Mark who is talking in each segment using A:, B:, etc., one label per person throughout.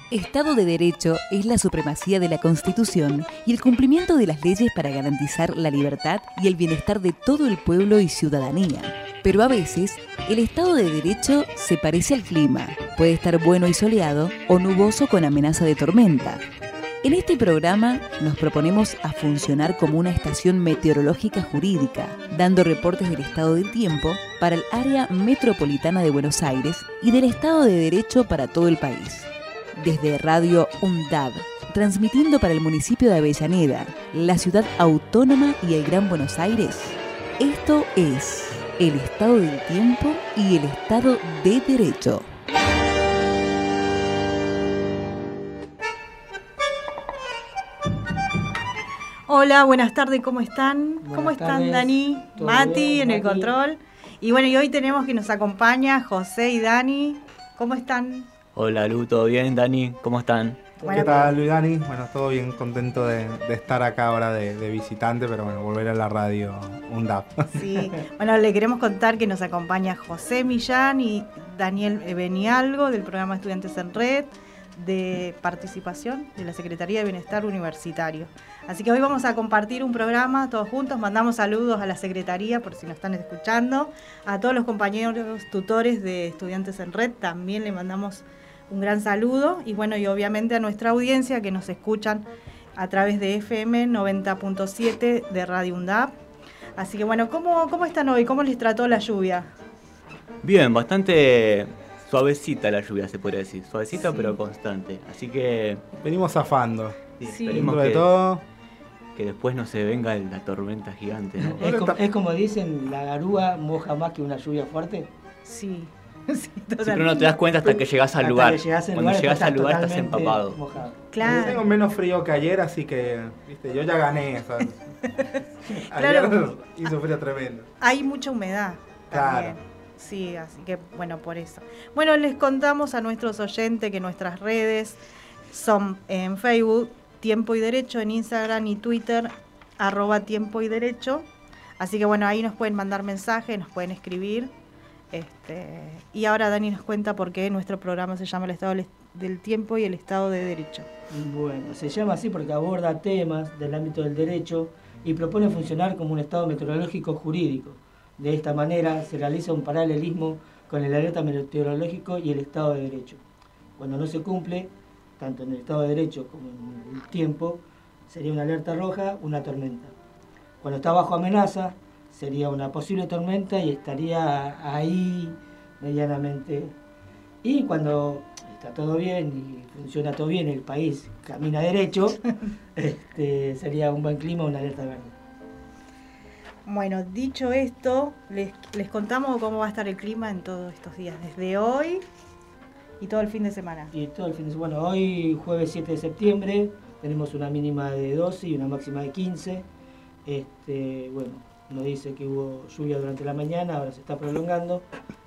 A: Estado de Derecho es la supremacía de la Constitución y el cumplimiento de las leyes para garantizar la libertad y el bienestar de todo el pueblo y ciudadanía. Pero a veces, el Estado de Derecho se parece al clima. Puede estar bueno y soleado o nuboso con amenaza de tormenta. En este programa nos proponemos a funcionar como una estación meteorológica jurídica, dando reportes del estado del tiempo para el área metropolitana de Buenos Aires y del Estado de Derecho para todo el país. Desde Radio UNDAB, transmitiendo para el municipio de Avellaneda, la ciudad autónoma y el Gran Buenos Aires, esto es el Estado del Tiempo y el Estado de Derecho.
B: Hola, buenas tardes, ¿cómo están?
C: ¿Cómo
B: están, Dani? Mati bien, en el control. Y bueno, y hoy tenemos que nos acompaña José y Dani. ¿Cómo están?
D: Hola Lu, ¿todo bien? Dani, ¿cómo están?
C: ¿Qué tal, Lu y Dani? Bueno, todo bien, contento de estar acá ahora de visitante, pero bueno, volver a la radio UNDAB.
B: Sí, bueno, le queremos contar que nos acompaña José Millán y Daniel Benialgo del programa Estudiantes en Red de participación de la Secretaría de Bienestar Universitario. Así que hoy vamos a compartir un programa todos juntos. Mandamos saludos a la Secretaría por si nos están escuchando. A todos los compañeros tutores de Estudiantes en Red también le mandamos un gran saludo. Y bueno, y obviamente a nuestra audiencia que nos escuchan a través de FM 90.7 de Radio UNDAB. Así que bueno, ¿cómo están hoy? ¿Cómo les trató la lluvia?
D: Bien, bastante suavecita la lluvia, se podría decir. Suavecita, sí, pero constante. Así que
C: venimos zafando.
D: Sí. Esperemos que después no se venga la tormenta gigante, ¿no?
E: Es como dicen, la garúa moja más que una lluvia fuerte.
B: Sí.
D: Sí, pero no te das cuenta hasta que llegas al lugar. Cuando llegas al lugar estás empapado.
C: Mojado. Claro. Yo tengo menos frío que ayer, así que, viste, yo ya gané. ¿Sabes? Ayer hizo frío tremendo.
B: Hay mucha humedad también. Claro. Sí, así que bueno, por eso. Bueno, les contamos a nuestros oyentes que nuestras redes son en Facebook, Tiempo y Derecho, en Instagram y Twitter, @Tiempo y Derecho. Así que bueno, ahí nos pueden mandar mensajes, nos pueden escribir. Y ahora Dani nos cuenta por qué nuestro programa se llama El Estado del Tiempo y el Estado de Derecho.
E: Bueno, se llama así porque aborda temas del ámbito del derecho y propone funcionar como un estado meteorológico jurídico. De esta manera se realiza un paralelismo con el alerta meteorológico y el Estado de Derecho. Cuando no se cumple, tanto en el Estado de Derecho como en el tiempo, sería una alerta roja, una tormenta. Cuando está bajo amenaza, sería una posible tormenta y estaría ahí medianamente. Y cuando está todo bien y funciona todo bien, el país camina derecho, sería un buen clima, una alerta verde.
B: Bueno, dicho esto, les contamos cómo va a estar el clima en todos estos días, desde hoy y todo el fin de semana.
E: Y todo el fin de semana. Bueno, hoy jueves 7 de septiembre tenemos una mínima de 12 y una máxima de 15. Bueno, nos dice que hubo lluvia durante la mañana, ahora se está prolongando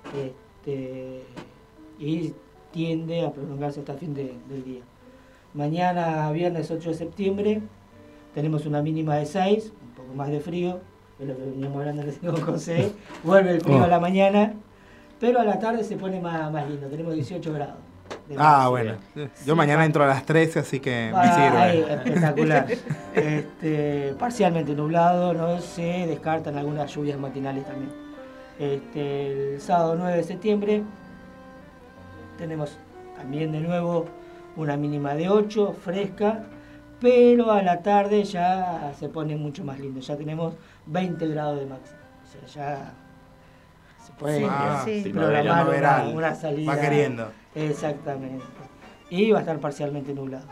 E: y tiende a prolongarse hasta el fin del día. Mañana, viernes 8 de septiembre, tenemos una mínima de 6, un poco más de frío, es lo que veníamos hablando recién con José, vuelve el frío a la mañana, pero a la tarde se pone más lindo, tenemos 18 grados.
C: Bueno, yo mañana entro a las 13, así que me sirve.
E: Ahí, espectacular. Parcialmente nublado, no se descartan algunas lluvias matinales también. El sábado 9 de septiembre tenemos también de nuevo una mínima de 8, fresca, pero a la tarde ya se pone mucho más lindo, ya tenemos 20 grados de máxima. O sea, ya se puede programar una salida.
C: Va queriendo.
E: Exactamente. Y va a estar parcialmente nublado.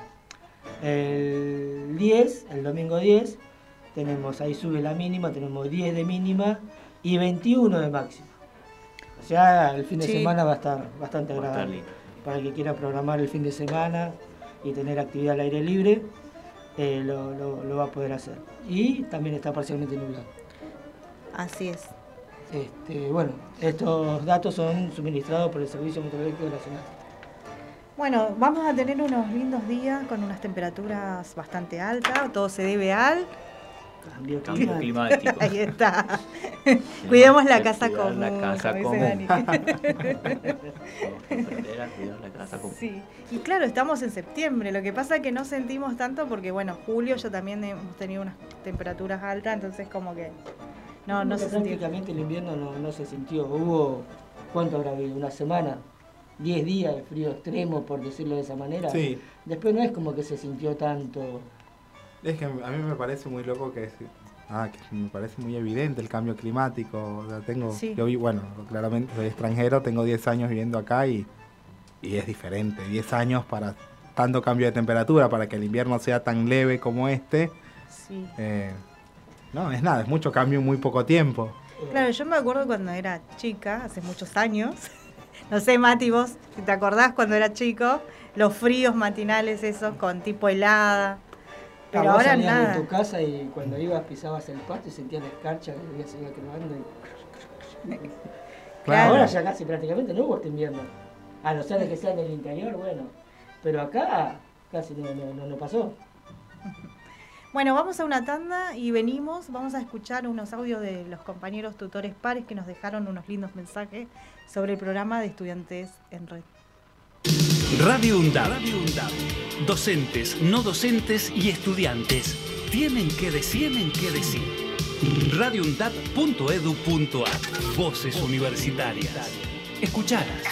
E: El domingo 10, ahí sube la mínima, tenemos 10 de mínima y 21 de máxima. O sea, el fin de semana va a estar bastante agradable. Para el que quiera programar el fin de semana y tener actividad al aire libre, lo va a poder hacer. Y también está parcialmente nublado.
B: Así es.
E: Bueno, estos datos son suministrados por el Servicio Meteorológico Nacional.
B: Bueno, vamos a tener unos lindos días con unas temperaturas bastante altas. Todo se debe al
D: cambio climático.
B: Ahí está. Cuidemos la casa
D: cuidar
B: común.
D: La casa
B: como
D: común.
B: dice Dani.
D: Cuidar la casa común.
B: Sí, y claro, estamos en septiembre, lo que pasa es que no sentimos tanto porque, bueno, julio ya también hemos tenido unas temperaturas altas, entonces como que no se sintió.
E: Prácticamente el invierno no se sintió, hubo, ¿cuánto habrá habido? ¿Una semana? 10 días de frío extremo, por decirlo de esa manera.
C: Sí.
E: Después no es como que se sintió tanto.
C: Es que a mí me parece muy loco que me parece muy evidente el cambio climático. O sea,
B: Sí.
C: Yo bueno, claramente soy extranjero, tengo 10 años viviendo acá y es diferente. 10 años para tanto cambio de temperatura, para que el invierno sea tan leve como este.
B: Sí.
C: No, es nada, es mucho cambio en muy poco tiempo.
B: Claro, yo me acuerdo cuando era chica, hace muchos años. No sé, Mati, vos, si te acordás cuando era chico, los fríos matinales esos con tipo helada. Pero
E: Vos
B: ahora
E: salías
B: nada.
E: de tu casa y cuando ibas pisabas el pasto y sentías la escarcha que se iba quemando.
B: Claro.
E: Ahora ya casi prácticamente no hubo este invierno. A no ser de que sea en el interior, bueno. Pero acá casi no pasó.
B: Bueno, vamos a una tanda y vamos a escuchar unos audios de los compañeros tutores pares que nos dejaron unos lindos mensajes sobre el programa de Estudiantes en Red.
F: Radio UNDAB. Docentes, no docentes y estudiantes tienen que decir. radioundab.edu.ar. Voces universitarias. Escuchalas.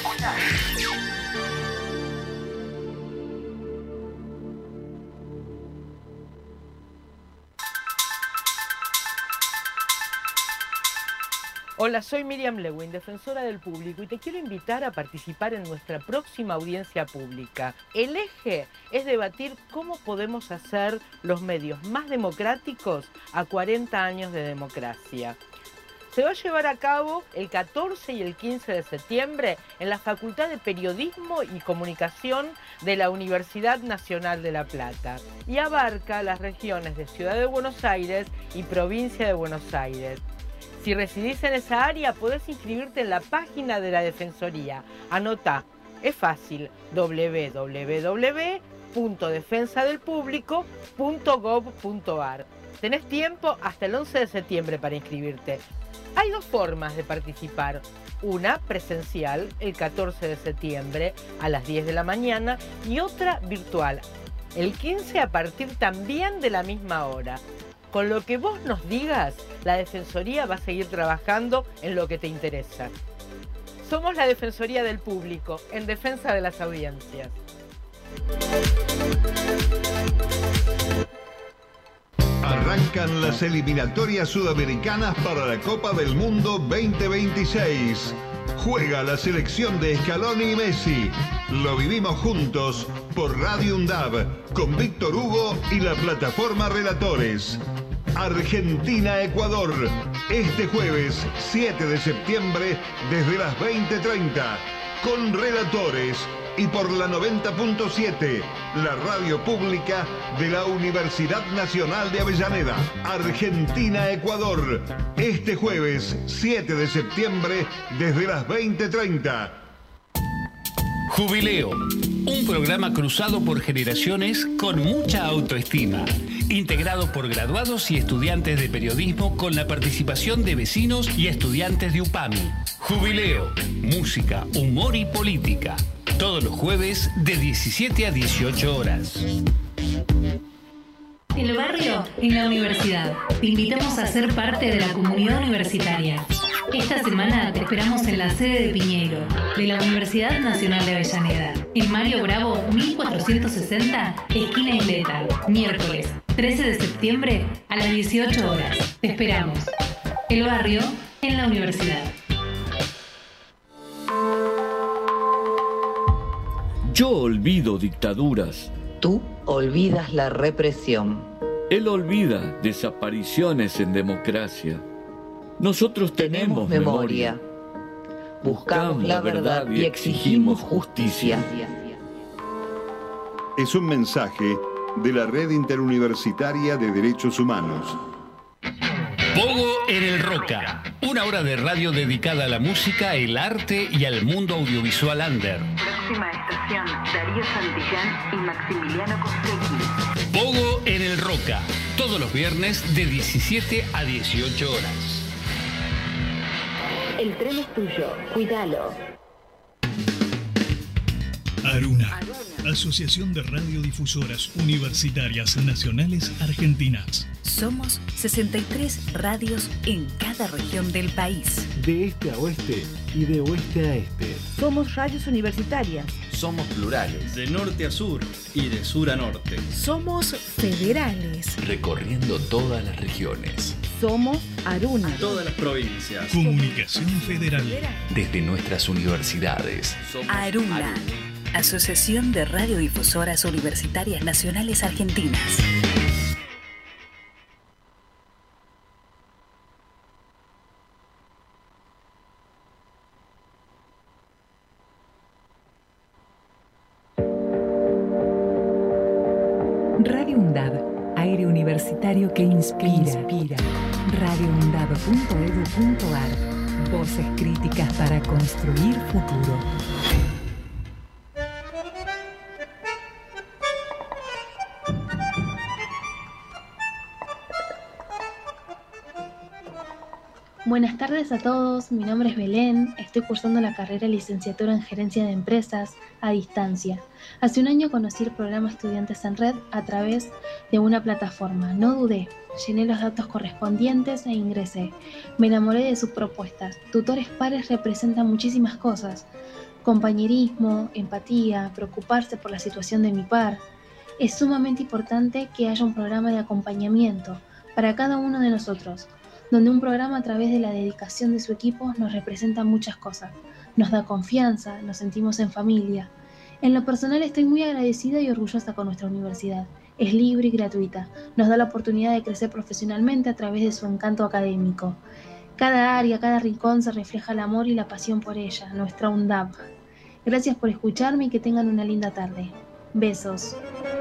G: Hola, soy Miriam Lewin, defensora del público, y te quiero invitar a participar en nuestra próxima audiencia pública. El eje es debatir cómo podemos hacer los medios más democráticos a 40 años de democracia. Se va a llevar a cabo el 14 y el 15 de septiembre en la Facultad de Periodismo y Comunicación de la Universidad Nacional de La Plata y abarca las regiones de Ciudad de Buenos Aires y Provincia de Buenos Aires. Si residís en esa área, podés inscribirte en la página de la Defensoría. Anotá, es fácil, www.defensadelpublico.gov.ar. Tenés tiempo hasta el 11 de septiembre para inscribirte. Hay dos formas de participar. Una presencial, el 14 de septiembre a las 10 de la mañana, y otra virtual, el 15 a partir también de la misma hora. Con lo que vos nos digas, la Defensoría va a seguir trabajando en lo que te interesa. Somos la Defensoría del Público, en defensa de las audiencias.
H: Arrancan las eliminatorias sudamericanas para la Copa del Mundo 2026. Juega la selección de Scaloni y Messi. Lo vivimos juntos por Radio UNDAB con Víctor Hugo y la plataforma Relatores. Argentina-Ecuador, este jueves 7 de septiembre desde las 20:30, con Relatores y por la 90.7, la radio pública de la Universidad Nacional de Avellaneda. Argentina-Ecuador, este jueves 7 de septiembre desde las 20:30.
F: Jubileo, un programa cruzado por generaciones con mucha autoestima, integrado por graduados y estudiantes de periodismo con la participación de vecinos y estudiantes de UPAMI. Jubileo, música, humor y política, todos los jueves de 17 a 18 horas.
I: El barrio en la universidad. Te invitamos a ser parte de la comunidad universitaria. Esta semana te esperamos en la sede de Piñeiro, de la Universidad Nacional de Avellaneda, en Mario Bravo 1460, esquina Isleta, miércoles 13 de septiembre a las 18 horas. Te esperamos. El barrio en la universidad.
J: Yo olvido dictaduras.
K: Tú olvidas la represión.
J: Él olvida desapariciones en democracia. Nosotros tenemos memoria.
K: Buscamos la verdad y exigimos justicia.
H: Es un mensaje de la Red Interuniversitaria de Derechos Humanos.
F: Pogo en el Roca, una hora de radio dedicada a la música, el arte y al mundo audiovisual under.
L: Próxima estación, Darío Santillán y Maximiliano Costecchi.
F: Pogo en el Roca, todos los viernes de 17 a 18 horas.
L: El tren es tuyo, cuídalo.
M: Aruna, Asociación de Radiodifusoras Universitarias Nacionales Argentinas.
A: Somos 63 radios en cada región del país.
N: De este a oeste y de oeste a este.
O: Somos radios universitarias.
P: Somos plurales.
Q: De norte a sur y de sur a norte.
O: Somos federales.
P: Recorriendo todas las regiones.
O: Somos Aruna.
Q: Todas las provincias.
M: Comunicación Federal.
P: Desde nuestras universidades.
A: Somos Aruna. Asociación de Radiodifusoras Universitarias Nacionales Argentinas. Radio UNDAB, aire universitario que inspira. radioundab.edu.ar. Voces críticas para construir futuro.
R: Buenas tardes a todos, mi nombre es Belén, estoy cursando la carrera licenciatura en Gerencia de Empresas a distancia. Hace un año conocí el programa Estudiantes en Red a través de una plataforma. No dudé, llené los datos correspondientes e ingresé. Me enamoré de sus propuestas. Tutores pares representan muchísimas cosas. Compañerismo, empatía, preocuparse por la situación de mi par. Es sumamente importante que haya un programa de acompañamiento para cada uno de nosotros, donde un programa a través de la dedicación de su equipo nos representa muchas cosas, nos da confianza, nos sentimos en familia. En lo personal estoy muy agradecida y orgullosa con nuestra universidad. Es libre y gratuita, nos da la oportunidad de crecer profesionalmente a través de su encanto académico. Cada área, cada rincón se refleja el amor y la pasión por ella, nuestra UNDAB. Gracias por escucharme y que tengan una linda tarde. Besos.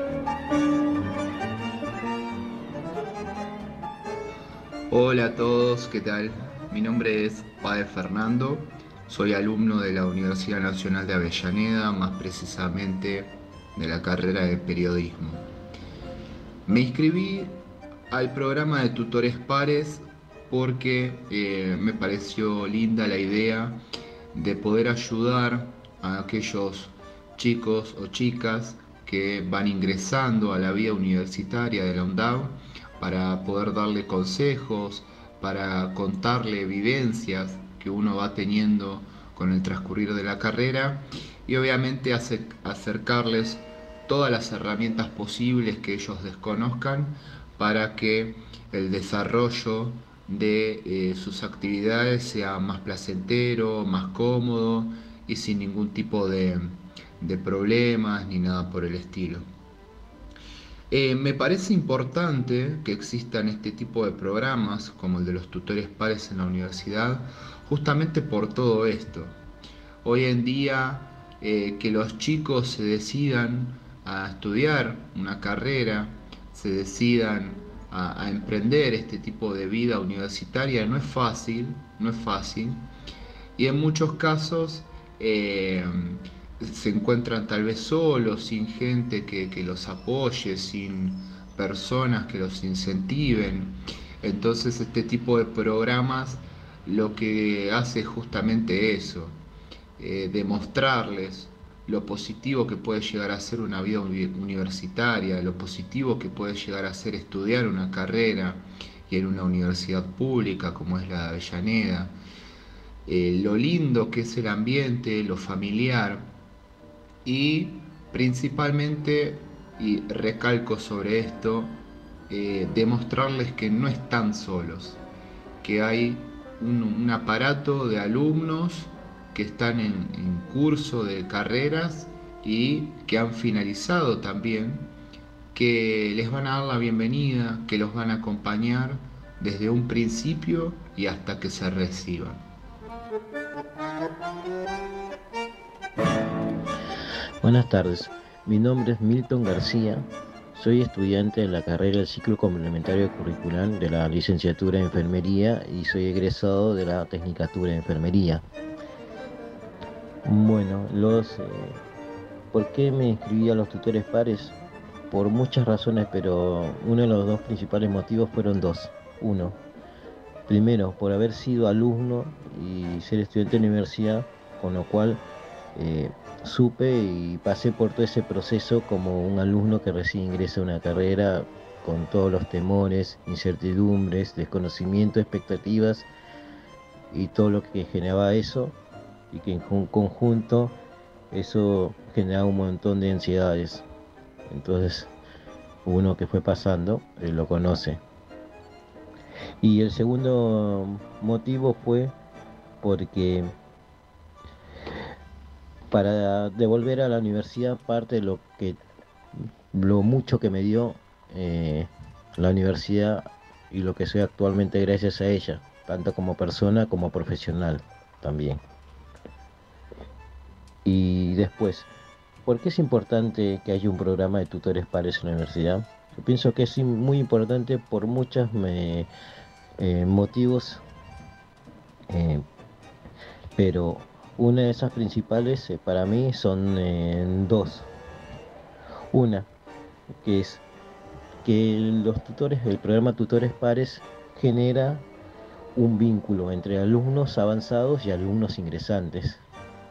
S: Hola a todos, ¿qué tal? Mi nombre es Padre Fernando, soy alumno de la Universidad Nacional de Avellaneda, más precisamente de la carrera de Periodismo. Me inscribí al programa de tutores pares porque me pareció linda la idea de poder ayudar a aquellos chicos o chicas que van ingresando a la vida universitaria de la UNDAB, para poder darle consejos, para contarle vivencias que uno va teniendo con el transcurrir de la carrera y obviamente acercarles todas las herramientas posibles que ellos desconozcan para que el desarrollo de sus actividades sea más placentero, más cómodo y sin ningún tipo de problemas ni nada por el estilo. Me parece importante que existan este tipo de programas como el de los tutores pares en la universidad, justamente por todo esto. Hoy en día que los chicos se decidan a estudiar una carrera, se decidan a emprender este tipo de vida universitaria, no es fácil, y en muchos casos se encuentran tal vez solos, sin gente que los apoye, sin personas que los incentiven. Entonces este tipo de programas lo que hace es justamente eso, demostrarles lo positivo que puede llegar a ser una vida universitaria, lo positivo que puede llegar a ser estudiar una carrera y en una universidad pública como es la de Avellaneda, lo lindo que es el ambiente, lo familiar. Y principalmente, y recalco sobre esto, demostrarles que no están solos, que hay un aparato de alumnos que están en curso de carreras y que han finalizado también, que les van a dar la bienvenida, que los van a acompañar desde un principio y hasta que se reciban.
T: Buenas tardes, mi nombre es Milton García, soy estudiante en la carrera del ciclo complementario curricular de la licenciatura en enfermería y soy egresado de la tecnicatura de enfermería. Bueno, ¿por qué me inscribí a los tutores pares? Por muchas razones, pero uno de los dos principales motivos fueron dos. Uno, primero por haber sido alumno y ser estudiante de la universidad, con lo cual supe y pasé por todo ese proceso como un alumno que recién ingresa a una carrera, con todos los temores, incertidumbres, desconocimiento, expectativas y todo lo que generaba eso, y que en conjunto eso generaba un montón de ansiedades. Entonces uno que fue pasando lo conoce. Y el segundo motivo fue porque para devolver a la universidad parte de lo mucho que me dio la universidad y lo que soy actualmente gracias a ella, tanto como persona como profesional también. Y después, ¿por qué es importante que haya un programa de tutores pares en la universidad? Yo pienso que es muy importante por muchos motivos, pero una de esas principales para mí son dos. Una, que es que los tutores, el programa Tutores Pares genera un vínculo entre alumnos avanzados y alumnos ingresantes.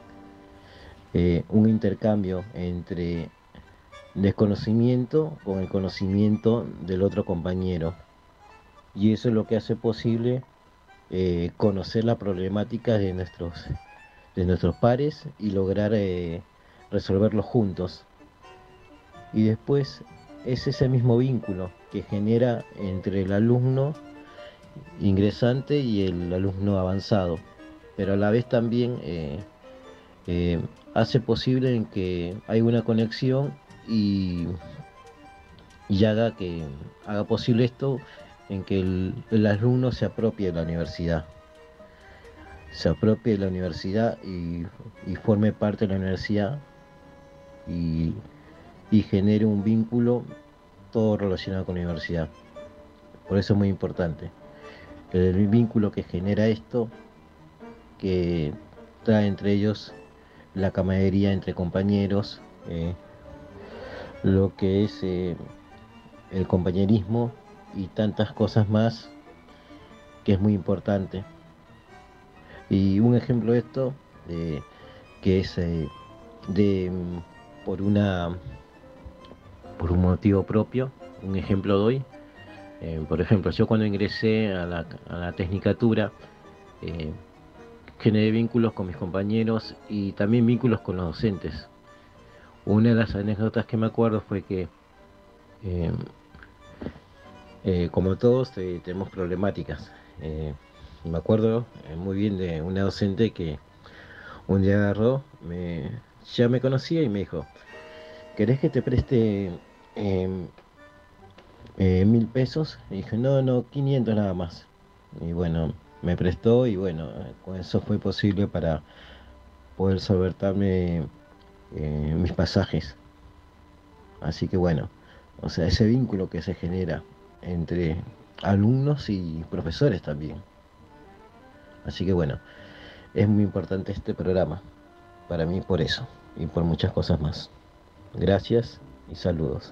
T: Un intercambio entre desconocimiento con el conocimiento del otro compañero, y eso es lo que hace posible conocer la problemática de nuestros pares y lograr resolverlos juntos. Y después es ese mismo vínculo que genera entre el alumno ingresante y el alumno avanzado, pero a la vez también hace posible en que haya una conexión y haga posible esto, en que el alumno se apropie de la universidad. Se apropie de la universidad y forme parte de la universidad y genere un vínculo todo relacionado con la universidad. Por eso es muy importante el vínculo que genera esto, que trae entre ellos la camaradería entre compañeros, lo que es el compañerismo y tantas cosas más, que es muy importante. Y un ejemplo de esto, que es por un motivo propio, un ejemplo doy. Por ejemplo, yo cuando ingresé a la tecnicatura, generé vínculos con mis compañeros y también vínculos con los docentes. Una de las anécdotas que me acuerdo fue que como todos tenemos problemáticas. Me acuerdo muy bien de una docente que un día agarró, ya me conocía y me dijo: ¿querés que te preste 1.000 pesos? Y dije: no, 500 nada más. Y bueno, me prestó, y bueno, con eso fue posible para poder solventarme mis pasajes. Así que bueno, o sea, ese vínculo que se genera entre alumnos y profesores también. Así que bueno, es muy importante este programa para mí por eso y por muchas cosas más. Gracias y saludos.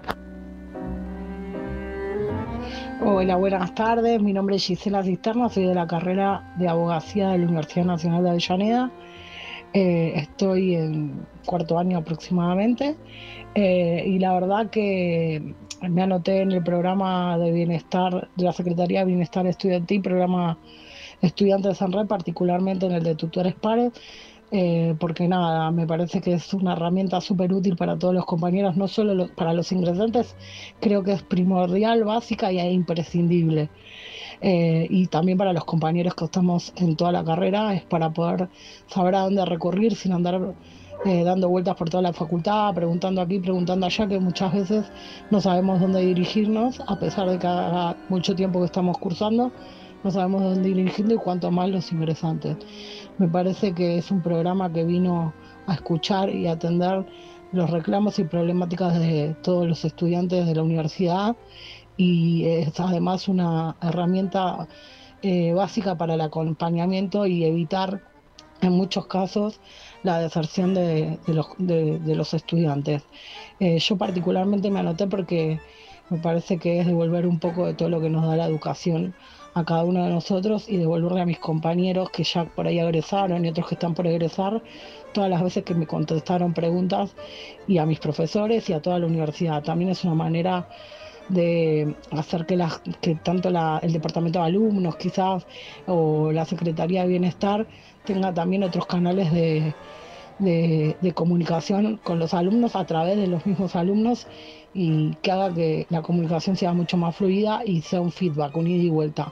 U: Hola, buenas tardes. Mi nombre es Gisela Cisterna, soy de la carrera de Abogacía de la Universidad Nacional de Avellaneda. Estoy en cuarto año aproximadamente, y la verdad que me anoté en el programa de bienestar de la Secretaría de Bienestar Estudiantil, programa Estudiantes de Sanred, particularmente en el de Tutores Pares, porque nada, me parece que es una herramienta súper útil para todos los compañeros, no solo para los ingresantes, creo que es primordial, básica e imprescindible. Y también para los compañeros que estamos en toda la carrera, es para poder saber a dónde recurrir sin andar dando vueltas por toda la facultad, preguntando aquí, preguntando allá, que muchas veces no sabemos dónde dirigirnos, a pesar de que haga mucho tiempo que estamos cursando, no sabemos dónde dirigirnos, y cuanto más los ingresantes. Me parece que es un programa que vino a escuchar y atender los reclamos y problemáticas de todos los estudiantes de la universidad, y es además una herramienta básica para el acompañamiento y evitar en muchos casos la deserción de los estudiantes. Yo particularmente me anoté porque me parece que es devolver un poco de todo lo que nos da la educación a cada uno de nosotros y devolverle a mis compañeros que ya por ahí egresaron y otros que están por egresar, todas las veces que me contestaron preguntas, y a mis profesores y a toda la universidad. También es una manera de hacer que tanto el departamento de alumnos quizás o la Secretaría de Bienestar tenga también otros canales de comunicación con los alumnos a través de los mismos alumnos, y que haga que la comunicación sea mucho más fluida y sea un feedback, un ida y vuelta.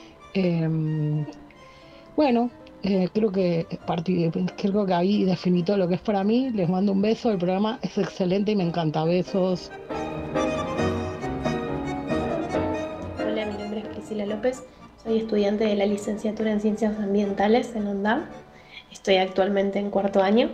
U: Creo que ahí definí todo lo que es para mí. Les mando un beso, el programa es excelente y me encanta. Besos.
R: Hola, mi nombre es Priscila López, soy estudiante de la licenciatura en Ciencias Ambientales en UNDAV. Estoy actualmente en cuarto año.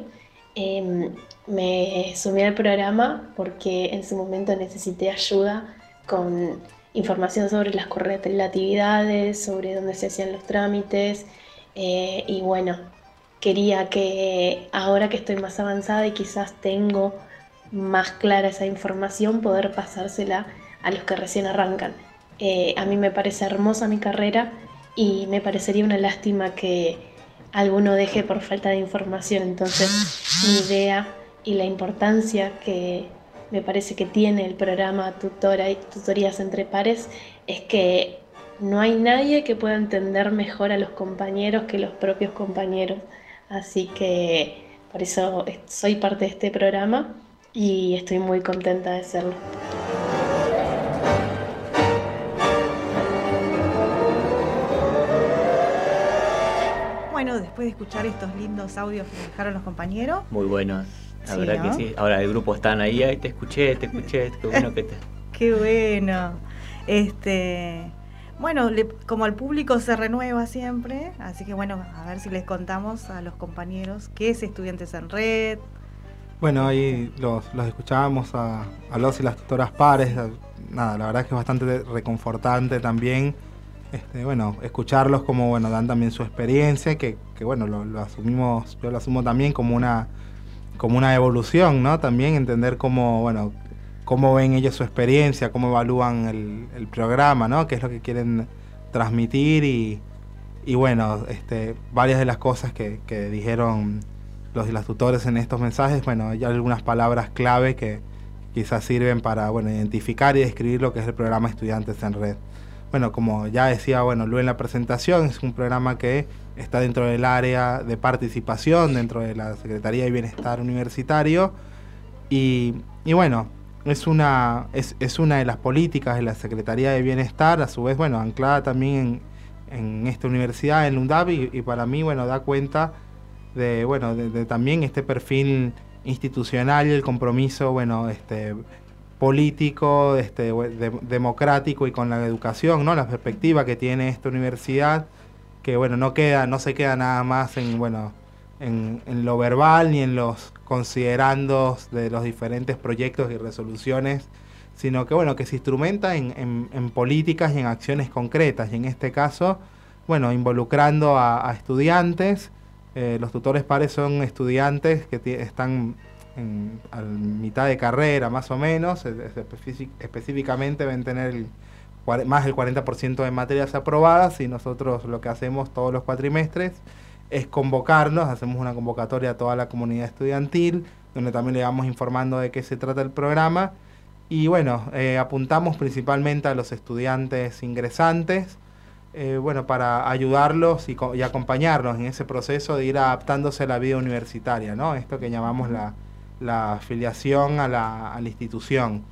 R: Me sumé al programa porque en su momento necesité ayuda con información sobre las correlatividades, sobre dónde se hacían los trámites, y bueno, quería que ahora que estoy más avanzada y quizás tengo más clara esa información, poder pasársela a los que recién arrancan. A mí me parece hermosa mi carrera y me parecería una lástima que alguno deje por falta de información. Entonces, mi idea y la importancia que me parece que tiene el programa Tutorías entre Pares es que no hay nadie que pueda entender mejor a los compañeros que los propios compañeros. Así que por eso soy parte de este programa y estoy muy contenta de serlo.
B: Bueno, después de escuchar estos lindos audios que dejaron los compañeros.
D: Muy buenos, la
B: Sí,
D: verdad,
B: ¿no?
D: que sí. Ahora el grupo están ahí, te escuché, qué bueno que te...
B: Qué bueno. Bueno, como el público se renueva siempre, así que bueno, a ver si les contamos a los compañeros qué es Estudiantes en Red.
C: Bueno, ahí los escuchábamos a los y las tutoras pares. Nada, la verdad es que es bastante reconfortante también. Escucharlos como, dan también su experiencia, que lo asumimos, yo lo asumo también como una evolución, ¿no? También entender cómo ven ellos su experiencia, cómo evalúan el programa, ¿no? Qué es lo que quieren transmitir y varias de las cosas que dijeron los y las tutores en estos mensajes, hay algunas palabras clave que quizás sirven para, identificar y describir lo que es el programa Estudiantes en Red. Como ya decía, Lu en la presentación, es un programa que está dentro del área de participación, dentro de la Secretaría de Bienestar Universitario, es una de las políticas de la Secretaría de Bienestar, a su vez, anclada también en esta universidad, en UNDAV, y para mí, da cuenta de también este perfil institucional y el compromiso, político, democrático y con la educación, ¿no? La perspectiva que tiene esta universidad, que no se queda nada más en lo verbal ni en los considerandos de los diferentes proyectos y resoluciones, sino que se instrumenta en políticas y en acciones concretas, y en este caso, involucrando a estudiantes. Los tutores pares son estudiantes que están a mitad de carrera más o menos, específicamente deben tener más del 40% de materias aprobadas, y nosotros lo que hacemos todos los cuatrimestres es convocarnos, hacemos una convocatoria a toda la comunidad estudiantil, donde también le vamos informando de qué se trata el programa, y apuntamos principalmente a los estudiantes ingresantes, para ayudarlos y acompañarlos en ese proceso de ir adaptándose a la vida universitaria, ¿no? Esto que llamamos la afiliación a la institución.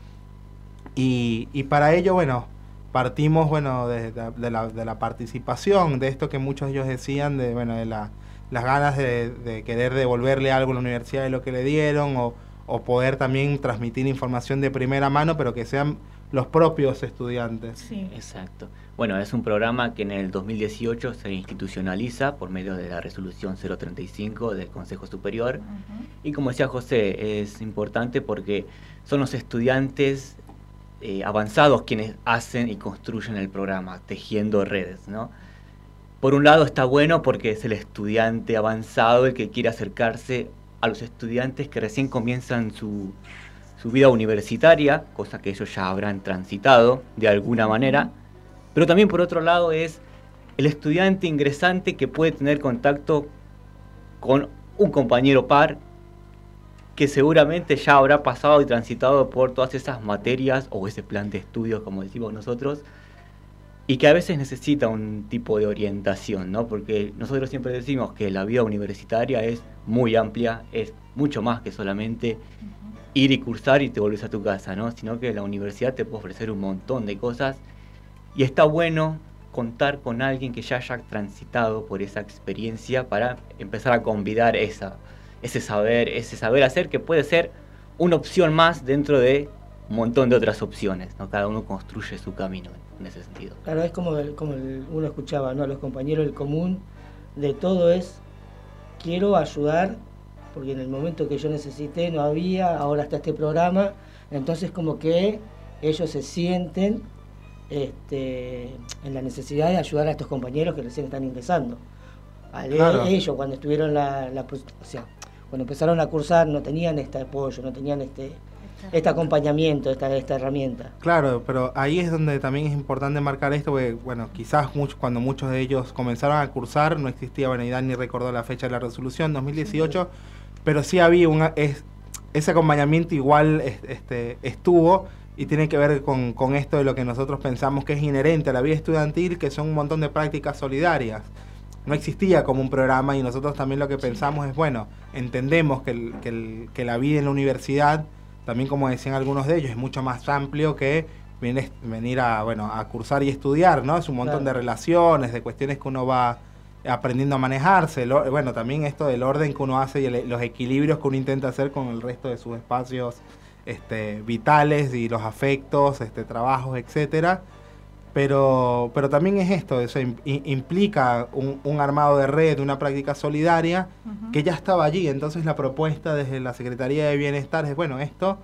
C: Y para ello, partimos de la participación, de esto que muchos de ellos decían, de las ganas de querer devolverle algo a la universidad de lo que le dieron, o poder también transmitir información de primera mano, pero que sean los propios estudiantes.
B: Sí.
D: Exacto. Es un programa que en el 2018 se institucionaliza por medio de la resolución 035 del Consejo Superior. Y como decía José, es importante porque son los estudiantes avanzados quienes hacen y construyen el programa, tejiendo redes, ¿no? Por un lado está bueno porque es el estudiante avanzado el que quiere acercarse a los estudiantes que recién comienzan su vida universitaria, cosa que ellos ya habrán transitado de alguna manera. Pero también por otro lado es el estudiante ingresante que puede tener contacto con un compañero par que seguramente ya habrá pasado y transitado por todas esas materias o ese plan de estudios, como decimos nosotros, y que a veces necesita un tipo de orientación, ¿no? Porque nosotros siempre decimos que la vida universitaria es muy amplia, es mucho más que solamente ir y cursar y te volvés a tu casa, ¿no? Sino que la universidad te puede ofrecer un montón de cosas y está bueno contar con alguien que ya haya transitado por esa experiencia para empezar a convidar ese saber hacer, que puede ser una opción más dentro de un montón de otras opciones, ¿no? Cada uno construye su camino en ese sentido.
E: Claro, es como uno escuchaba, ¿no? A los compañeros, el común de todo es quiero ayudar, porque en el momento que yo necesité no había, ahora está este programa, entonces como que ellos se sienten en la necesidad de ayudar a estos compañeros que recién están ingresando. Claro. Ellos cuando estuvieron cuando empezaron a cursar no tenían este apoyo, no tenían este acompañamiento, esta herramienta.
C: Claro, pero ahí es donde también es importante marcar esto, porque bueno, quizás cuando muchos de ellos comenzaron a cursar no existía, bueno, y Dani recordó la fecha de la resolución, 2018, pero sí había ese acompañamiento igual estuvo, y tiene que ver con esto de lo que nosotros pensamos que es inherente a la vida estudiantil, que son un montón de prácticas solidarias. No existía como un programa, y nosotros también lo que pensamos es, bueno, entendemos que la vida en la universidad, también como decían algunos de ellos, es mucho más amplio que venir a cursar y estudiar, ¿no? Es un montón de relaciones, de cuestiones que uno va aprendiendo a manejarse, bueno, también esto del orden que uno hace y los equilibrios que uno intenta hacer con el resto de sus espacios vitales y los afectos, trabajos, etcétera. Pero también es esto, eso implica un armado de red, una práctica solidaria que ya estaba allí. Entonces la propuesta desde la Secretaría de Bienestar es, bueno,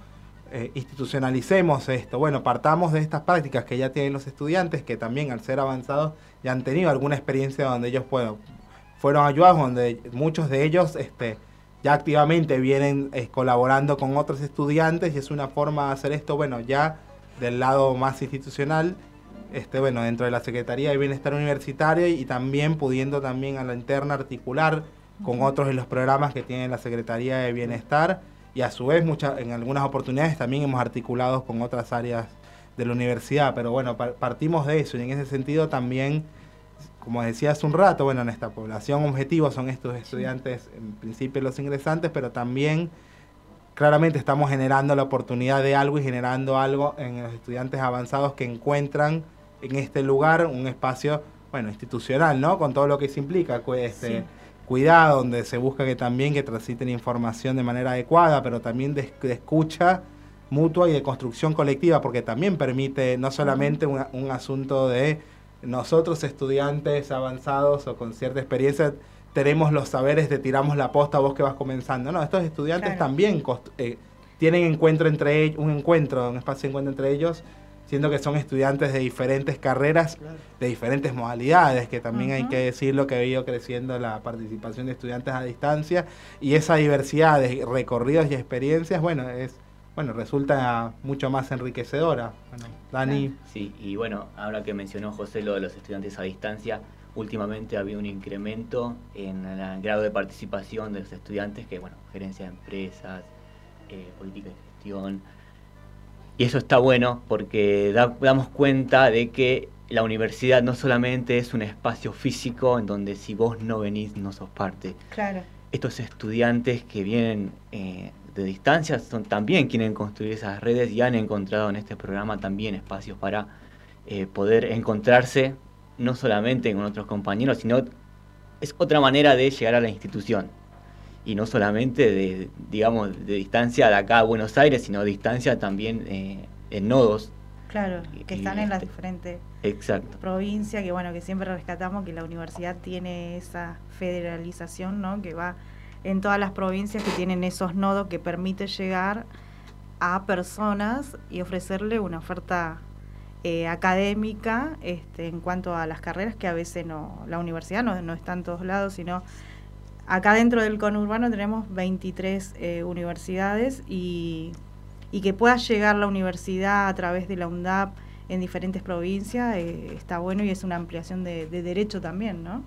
C: institucionalicemos esto, bueno, partamos de estas prácticas que ya tienen los estudiantes, que también al ser avanzados ya han tenido alguna experiencia donde ellos fueron ayudados, donde muchos de ellos ya activamente vienen colaborando con otros estudiantes, y es una forma de hacer esto, bueno, ya del lado más institucional, dentro de la Secretaría de Bienestar Universitario, y también pudiendo también a la interna articular con otros de los programas que tiene la Secretaría de Bienestar, y a su vez en algunas oportunidades también hemos articulado con otras áreas de la universidad, pero bueno, partimos de eso, y en ese sentido también, como decía hace un rato, bueno, en esta población objetivo son estos estudiantes, en principio los ingresantes, pero también claramente estamos generando la oportunidad de algo y generando algo en los estudiantes avanzados que encuentran en este lugar un espacio, bueno, institucional, ¿no? Con todo lo que se implica, cuidado, donde se busca que transiten información de manera adecuada, pero también de escucha mutua y de construcción colectiva, porque también permite no solamente un asunto de nosotros estudiantes avanzados o con cierta experiencia tenemos los saberes de tiramos la posta a vos que vas comenzando. No, estos estudiantes también tienen un espacio de encuentro entre ellos, siendo que son estudiantes de diferentes carreras, de diferentes modalidades, que también hay que decirlo, que ha ido creciendo la participación de estudiantes a distancia, y esa diversidad de recorridos y experiencias, resulta mucho más enriquecedora. Bueno, Dani.
D: Sí, y bueno, ahora que mencionó José lo de los estudiantes a distancia, últimamente había un incremento en el grado de participación de los estudiantes, que gerencia de empresas, política de gestión, y eso está bueno porque damos cuenta de que la universidad no solamente es un espacio físico en donde si vos no venís no sos parte.
B: Claro.
D: Estos estudiantes que vienen de distancia también quieren construir esas redes, y han encontrado en este programa también espacios para poder encontrarse no solamente con otros compañeros, sino es otra manera de llegar a la institución, y no solamente de distancia de acá a Buenos Aires, sino distancia también en nodos.
B: Claro, que están en las diferentes provincias, que siempre rescatamos que la universidad tiene esa federalización, ¿no? Que va en todas las provincias, que tienen esos nodos que permite llegar a personas y ofrecerle una oferta académica en cuanto a las carreras, que a veces la universidad no está en todos lados, sino acá dentro del conurbano tenemos 23 universidades, y que pueda llegar la universidad a través de la UNDAP en diferentes provincias, está bueno y es una ampliación de derecho también, ¿no?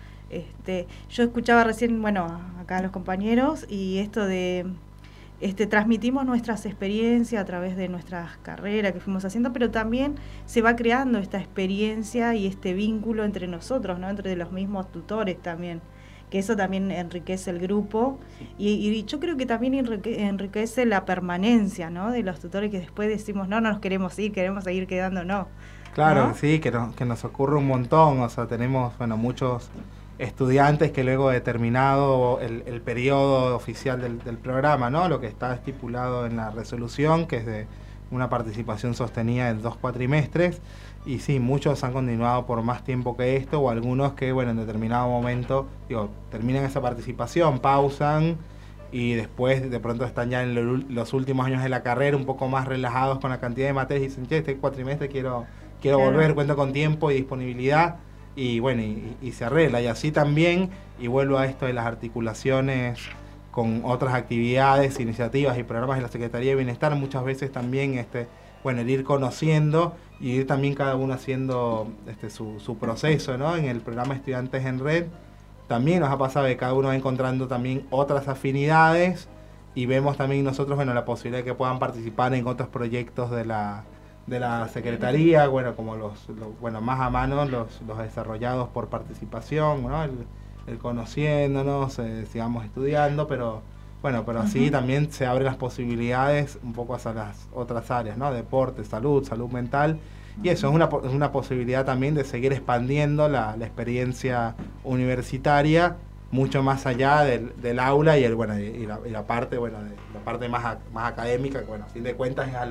B: Yo escuchaba recién, acá a los compañeros, y esto de transmitimos nuestras experiencias a través de nuestras carreras que fuimos haciendo, pero también se va creando esta experiencia y este vínculo entre nosotros, ¿no? Entre los mismos tutores también, que eso también enriquece el grupo y yo creo que también enriquece la permanencia, ¿no? De los tutores, que después decimos, no nos queremos ir, queremos seguir quedándonos.
C: Claro,
B: ¿no?
C: sí, que nos ocurre un montón, o sea, tenemos, muchos estudiantes que luego de terminado el periodo oficial del programa, ¿no? Lo que está estipulado en la resolución, que es de una participación sostenida en 2 cuatrimestres, y sí, muchos han continuado por más tiempo que esto, o algunos que, en determinado momento, terminan esa participación, pausan, y después de pronto están ya en los últimos años de la carrera, un poco más relajados con la cantidad de materias, y dicen, este cuatrimestre quiero volver, cuento con tiempo y disponibilidad, y y se arregla, y así también, y vuelvo a esto de las articulaciones con otras actividades, iniciativas y programas de la Secretaría de Bienestar, muchas veces también el ir conociendo y ir también cada uno haciendo su proceso, ¿no? En el programa Estudiantes en Red también nos ha pasado que cada uno va encontrando también otras afinidades, y vemos también nosotros la posibilidad de que puedan participar en otros proyectos de la Secretaría, como los más a mano, los desarrollados por participación, ¿no? El conociéndonos, sigamos estudiando, pero así también se abren las posibilidades un poco hacia las otras áreas, ¿no? Deporte, salud mental, y eso es una posibilidad también de seguir expandiendo la experiencia universitaria mucho más allá del aula y la parte más académica, que a fin de cuentas es a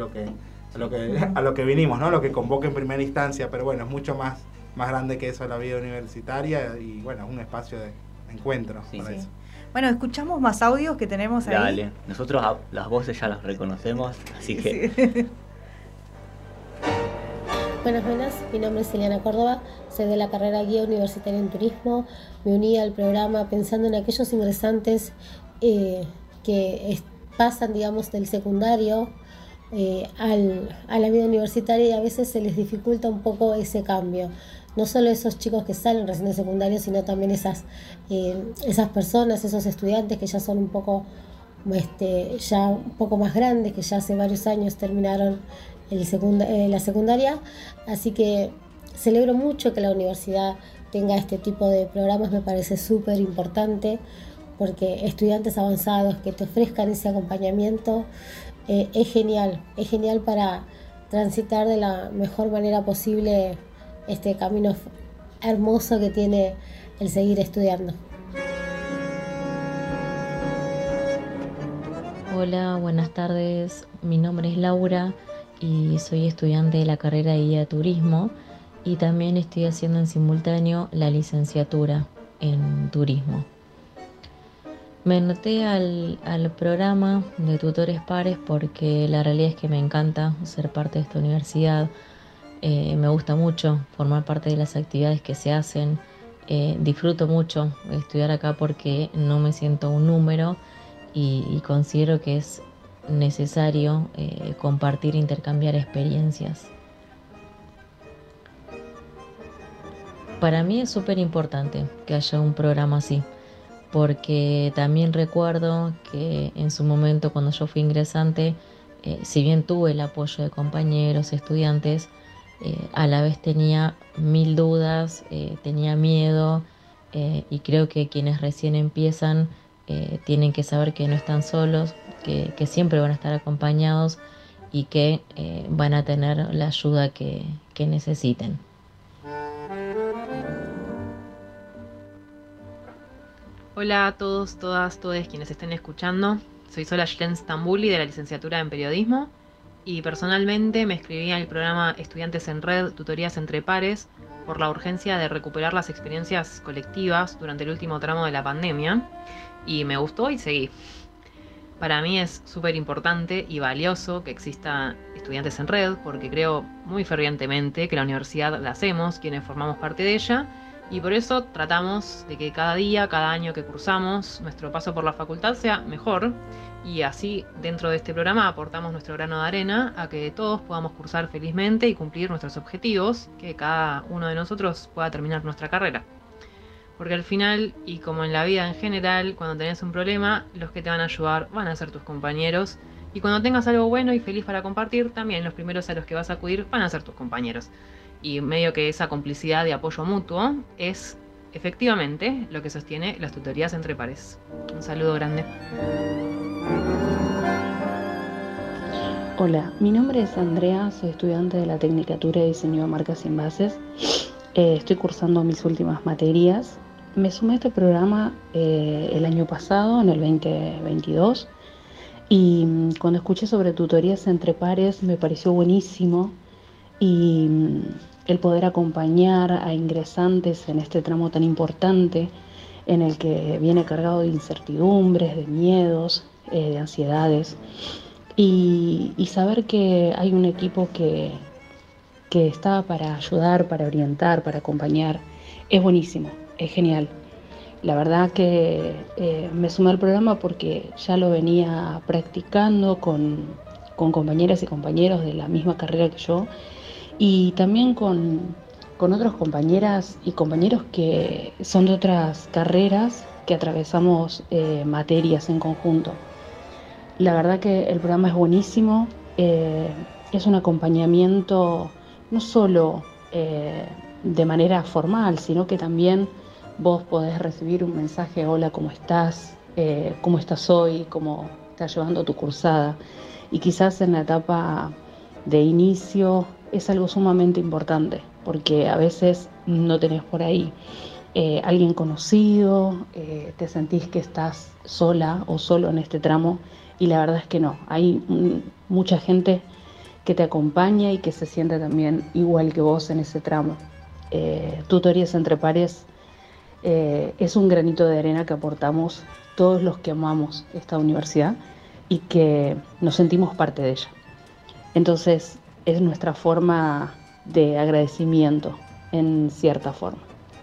C: lo que vinimos, ¿no? Lo que convoca en primera instancia, pero es mucho más grande que eso la vida universitaria, y es un espacio de encuentro para eso.
B: Bueno, escuchamos más audios que tenemos ahí.
D: Dale, nosotros las voces ya las reconocemos, así que...
G: Sí. Buenas, mi nombre es Eliana Córdoba, soy de la carrera Guía Universitaria en Turismo. Me uní al programa pensando en aquellos ingresantes que pasan, digamos, del secundario a la vida universitaria, y a veces se les dificulta un poco ese cambio. No solo esos chicos que salen recién de secundario, sino también esas personas, esos estudiantes que ya son un poco más grandes, que ya hace varios años terminaron la secundaria. Así que celebro mucho que la universidad tenga este tipo de programas, me parece súper importante, porque estudiantes avanzados que te ofrezcan ese acompañamiento es genial para transitar de la mejor manera posible este camino hermoso que tiene el seguir estudiando.
V: Hola, buenas tardes. Mi nombre es Laura y soy estudiante de la carrera de Guía de Turismo, y también estoy haciendo en simultáneo la licenciatura en Turismo. Me anoté al programa de tutores pares porque la realidad es que me encanta ser parte de esta universidad. Me gusta mucho formar parte de las actividades que se hacen. Disfruto mucho estudiar acá porque no me siento un número, y considero que es necesario compartir e intercambiar experiencias. Para mí es súper importante que haya un programa así, porque también recuerdo que en su momento, cuando yo fui ingresante, si bien tuve el apoyo de compañeros, estudiantes, a la vez tenía 1000 dudas, tenía miedo, y creo que quienes recién empiezan tienen que saber que no están solos, que siempre van a estar acompañados y que van a tener la ayuda que necesiten.
W: Hola a todos, todas, todes quienes estén escuchando. Soy Sola Shlen Stambuli, de la licenciatura en Periodismo, y personalmente me inscribí al programa Estudiantes en Red, Tutorías entre Pares, por la urgencia de recuperar las experiencias colectivas durante el último tramo de la pandemia, y me gustó y seguí. Para mí es súper importante y valioso que exista Estudiantes en Red, porque creo muy fervientemente que la universidad la hacemos quienes formamos parte de ella, y por eso tratamos de que cada día, cada año que cursamos, nuestro paso por la facultad sea mejor Y así, dentro de este programa, aportamos nuestro grano de arena a que todos podamos cursar felizmente y cumplir nuestros objetivos, que cada uno de nosotros pueda terminar nuestra carrera. Porque al final, y como en la vida en general, cuando tenés un problema, los que te van a ayudar van a ser tus compañeros. Y cuando tengas algo bueno y feliz para compartir, también los primeros a los que vas a acudir van a ser tus compañeros. Y medio que esa complicidad y apoyo mutuo es efectivamente lo que sostiene las tutorías entre pares. Un saludo grande.
I: Hola, mi nombre es Andrea, soy estudiante de la Tecnicatura de Diseño de Marcas y Envases. Estoy cursando mis últimas materias. Me sumé a este programa el año pasado, en el 2022, y cuando escuché sobre tutorías entre pares me pareció buenísimo, y el poder acompañar a ingresantes en este tramo tan importante en el que viene cargado de incertidumbres, de miedos, de ansiedades, y saber que hay un equipo que está para ayudar, para orientar, para acompañar, es buenísimo, es genial. La verdad que me sumé al programa porque ya lo venía practicando con compañeras y compañeros de la misma carrera que yo, y también con otras compañeras y compañeros que son de otras carreras que atravesamos materias en conjunto. La verdad que el programa es buenísimo, es un acompañamiento no solo de manera formal, sino que también vos podés recibir un mensaje: hola, ¿cómo estás? ¿Cómo estás hoy? ¿Cómo estás llevando tu cursada? Y quizás en la etapa de inicio es algo sumamente importante, porque a veces no tenés por ahí alguien conocido, te sentís que estás sola o solo en este tramo, y la verdad es que no, hay mucha gente que te acompaña y que se siente también igual que vos en ese tramo. Tutorías entre pares es un granito de arena que aportamos todos los que amamos esta universidad y que nos sentimos parte de ella. Entonces es nuestra forma de agradecimiento en cierta forma.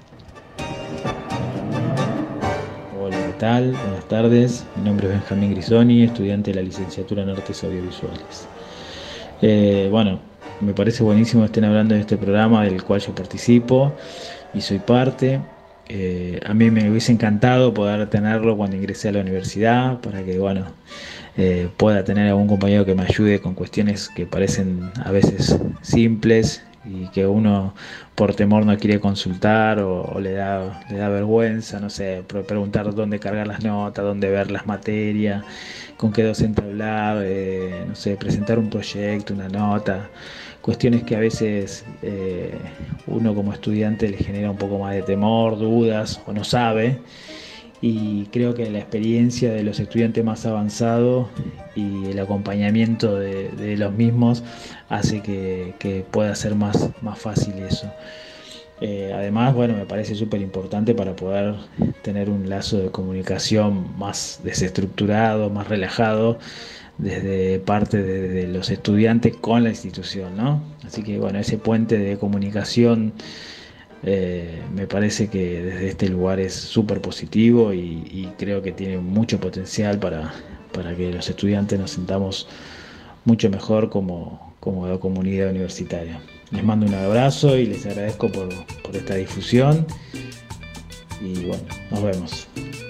J: Hola, ¿qué tal? Buenas tardes. Mi nombre es Benjamín Grisoni, estudiante de la licenciatura en Artes Audiovisuales. Bueno, me parece buenísimo que estén hablando de este programa del cual yo participo y soy parte. A mí me hubiese encantado poder tenerlo cuando ingresé a la universidad, para que pueda tener algún compañero que me ayude con cuestiones que parecen a veces simples y que uno por temor no quiere consultar o le da vergüenza, no sé, preguntar dónde cargar las notas, dónde ver las materias, con qué docente hablar, no sé, presentar un proyecto, una nota, cuestiones que a veces uno como estudiante le genera un poco más de temor, dudas o no sabe. Y creo que la experiencia de los estudiantes más avanzados y el acompañamiento de los mismos hace que pueda ser más fácil eso. Además, bueno, me parece súper importante para poder tener un lazo de comunicación más desestructurado, más relajado, desde parte de los estudiantes con la institución, ¿no? Así que, bueno, ese puente de comunicación me parece que desde este lugar es súper positivo y creo que tiene mucho potencial para que los estudiantes nos sintamos mucho mejor como comunidad universitaria. Les mando un abrazo y les agradezco por esta difusión y bueno, nos vemos.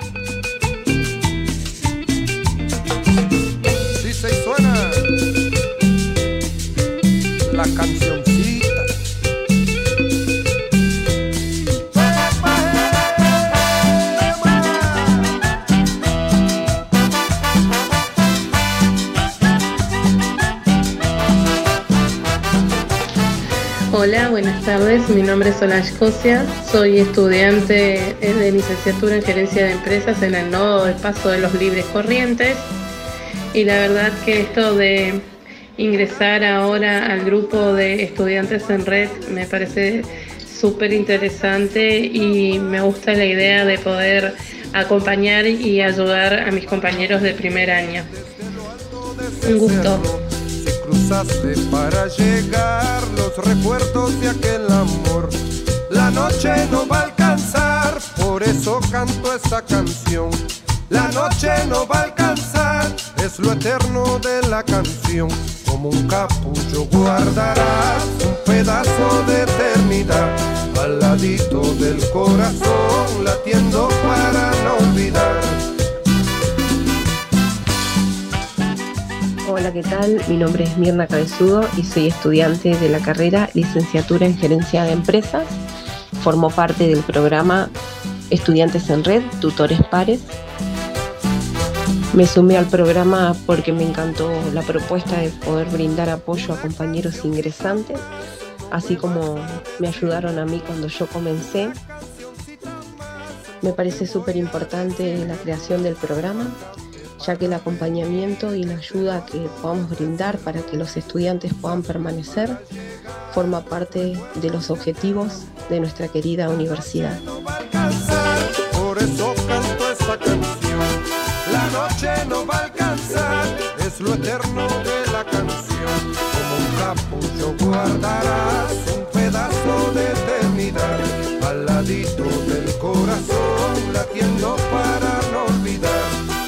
K: Sí, se suena la cancioncita.
X: Hola, buenas tardes. Mi nombre es Solange Cosia. Soy estudiante de licenciatura en Gerencia de Empresas en el nodo de paso de los Libres Corrientes. Y la verdad que esto de ingresar ahora al grupo de estudiantes en red me parece súper interesante y me gusta la idea de poder acompañar y ayudar a mis compañeros de primer año. Un gusto.
K: Cruzaste para llegar los recuerdos de aquel amor. La noche no va a alcanzar, por eso canto esta canción. La noche no va a alcanzar, es es lo eterno de la canción. Como un capullo guardarás un pedazo de eternidad al ladito del corazón, latiendo para no olvidar.
F: Hola, ¿qué tal? Mi nombre es Mirna Cabezudo y soy estudiante de la carrera Licenciatura en Gerencia de Empresas. Formo parte del programa Estudiantes en Red, Tutores Pares. Me sumé al programa porque me encantó la propuesta de poder brindar apoyo a compañeros ingresantes, así como me ayudaron a mí cuando yo comencé. Me parece súper importante la creación del programa, ya que el acompañamiento y la ayuda que podamos brindar para que los estudiantes puedan permanecer forma parte de los objetivos de nuestra querida universidad.
K: Por eso canto esta canción. La noche no va a alcanzar, es lo eterno de la canción. Como un capullo guardarás un pedazo de eternidad al ladito del corazón, latiendo para no olvidar.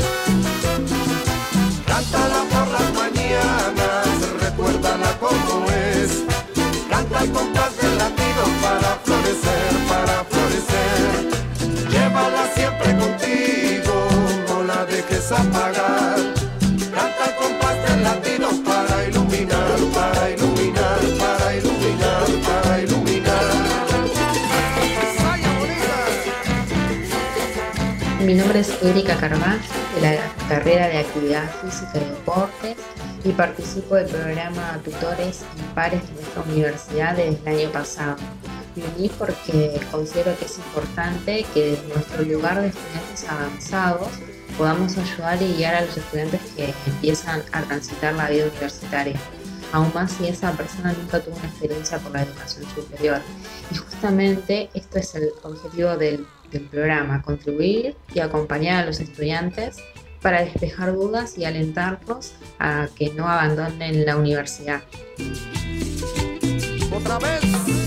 K: Cántala por las mañanas, recuérdala como es. Canta al compás del latido para florecer, para florecer. Llévala siempre contigo, no la dejes apagar. Canta al compás del latido para iluminar, para iluminar, para iluminar, para iluminar.
H: Mi nombre es Erika Carvajal, de la carrera de Actividad Física y Deportes, y participo del programa Tutores y Pares de nuestra universidad desde el año pasado. Me uní porque considero que es importante que desde nuestro lugar de estudiantes avanzados podamos ayudar y guiar a los estudiantes que empiezan a transitar la vida universitaria, aún más si esa persona nunca tuvo una experiencia por la educación superior. Y justamente esto es el objetivo del programa, contribuir y acompañar a los estudiantes para despejar dudas y alentarlos a que no abandonen la universidad.
K: Otra vez.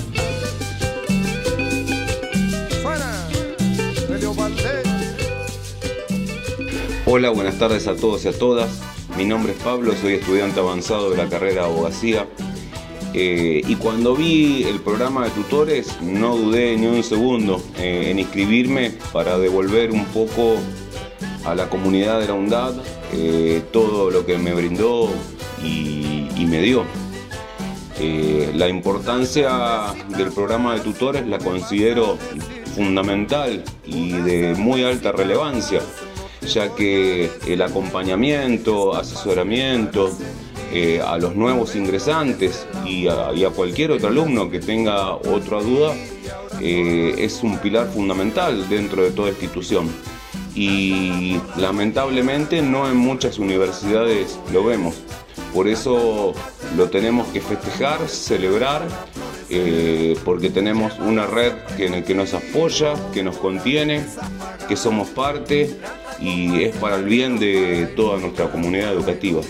L: Hola, buenas tardes a todos y a todas. Mi nombre es Pablo, soy estudiante avanzado de la carrera de abogacía. Y cuando vi el programa de tutores no dudé ni un segundo en inscribirme para devolver un poco a la comunidad de la UNDAD todo lo que me brindó y me dio. La importancia del programa de tutores la considero fundamental y de muy alta relevancia, ya que el acompañamiento, asesoramiento a los nuevos ingresantes y a cualquier otro alumno que tenga otra duda es un pilar fundamental dentro de toda institución. Y lamentablemente no en muchas universidades lo vemos. Por eso lo tenemos que festejar, celebrar, porque tenemos una red que nos apoya, que nos contiene, que somos parte y es para el bien de toda nuestra comunidad educativa.